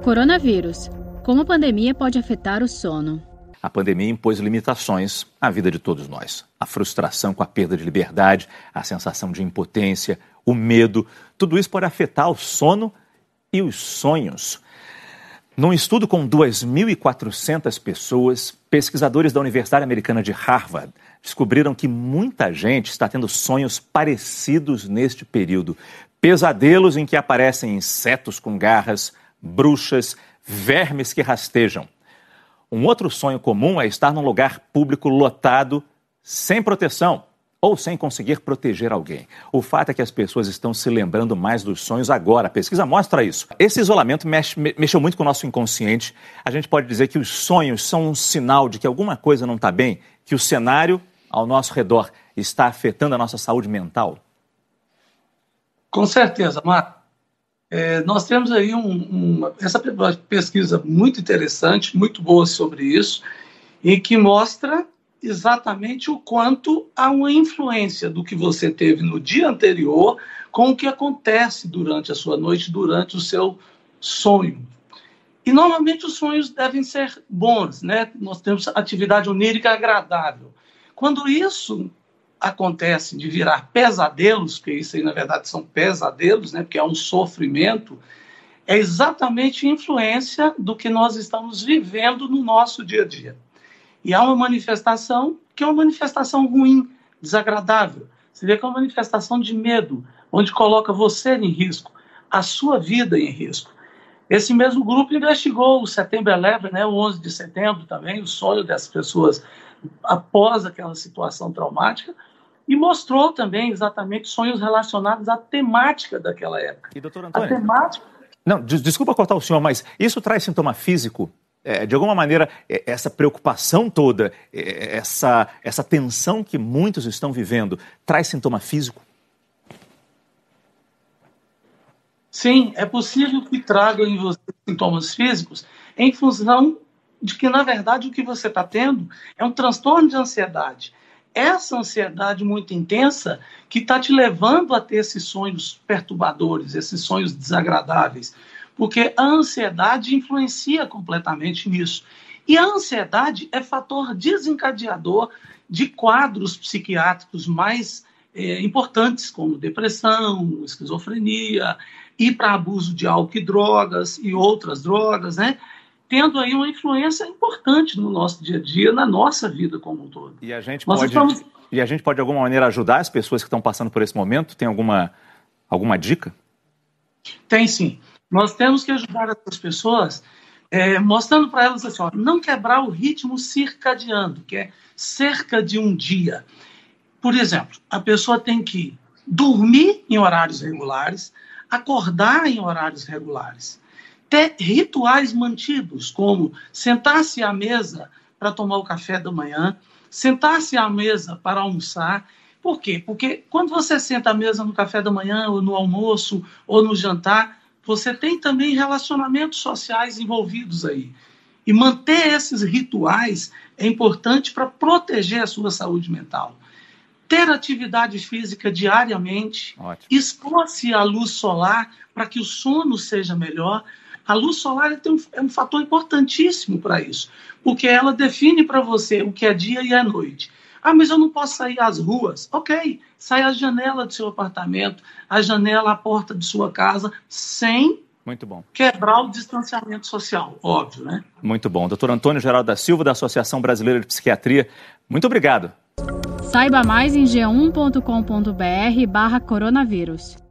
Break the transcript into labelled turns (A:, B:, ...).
A: Coronavírus. Como a pandemia pode afetar o sono?
B: A pandemia impôs limitações à vida de todos nós. A frustração com a perda de liberdade, a sensação de impotência, o medo, tudo isso pode afetar o sono e os sonhos. Num estudo com 2.400 pessoas, pesquisadores da Universidade Americana de Harvard descobriram que muita gente está tendo sonhos parecidos neste período. Pesadelos em que aparecem insetos com garras, bruxas, vermes que rastejam. Um outro sonho comum é estar num lugar público lotado, sem proteção ou sem conseguir proteger alguém. O fato é que as pessoas estão se lembrando mais dos sonhos agora. A pesquisa mostra isso. Esse isolamento mexeu muito com o nosso inconsciente. A gente pode dizer que os sonhos são um sinal de que alguma coisa não está bem, que o cenário ao nosso redor está afetando a nossa saúde mental.
C: Com certeza, Marco. Nós temos aí essa pesquisa muito interessante, muito boa sobre isso, e que mostra exatamente o quanto há uma influência do que você teve no dia anterior com o que acontece durante a sua noite, durante o seu sonho. E normalmente os sonhos devem ser bons, né? Nós temos atividade onírica agradável. Quando isso acontece de virar pesadelos, que isso aí na verdade são pesadelos, né? Porque é um sofrimento, é exatamente influência do que nós estamos vivendo no nosso dia a dia. E há uma manifestação que é uma manifestação ruim, desagradável. Você vê que é uma manifestação de medo, onde coloca você em risco, a sua vida em risco. Esse mesmo grupo investigou o Setembro 11, né, o 11 de setembro também, o sonho dessas pessoas após aquela situação traumática, e mostrou também exatamente sonhos relacionados à temática daquela época.
B: E, doutor Antônio?
C: A temática...
B: Não, desculpa cortar o senhor, mas isso traz sintoma físico? De alguma maneira, essa preocupação toda, essa tensão que muitos estão vivendo, traz sintoma físico?
C: Sim, é possível que traga em você sintomas físicos em função de que, na verdade, o que você está tendo é um transtorno de ansiedade. Essa ansiedade muito intensa que está te levando a ter esses sonhos perturbadores, esses sonhos desagradáveis. Porque a ansiedade influencia completamente nisso. E a ansiedade é fator desencadeador de quadros psiquiátricos mais importantes, como depressão, esquizofrenia, ir para abuso de álcool e drogas e outras drogas, né? Tendo aí uma influência importante no nosso dia a dia, na nossa vida como um todo.
B: E a gente pode de alguma maneira ajudar as pessoas que estão passando por esse momento? Tem alguma dica?
C: Tem sim. Nós temos que ajudar essas pessoas mostrando para elas assim, ó, não quebrar o ritmo circadiano, que é cerca de um dia. Por exemplo, a pessoa tem que dormir em horários regulares, acordar em horários regulares, ter rituais mantidos, como sentar-se à mesa para tomar o café da manhã, sentar-se à mesa para almoçar. Por quê? Porque quando você senta à mesa no café da manhã, ou no almoço, ou no jantar, você tem também relacionamentos sociais envolvidos aí. E manter esses rituais é importante para proteger a sua saúde mental. Ter atividade física diariamente, expor-se à luz solar para que o sono seja melhor. A luz solar é um fator importantíssimo para isso, porque ela define para você o que é dia e é noite. Ah, mas eu não posso sair às ruas. Ok, sai à janela do seu apartamento, à janela, à porta de sua casa, sem quebrar o distanciamento social, óbvio, né?
B: Muito bom. Doutor Antônio Geraldo da Silva, da Associação Brasileira de Psiquiatria, muito obrigado.
A: Saiba mais em g1.com.br/coronavírus.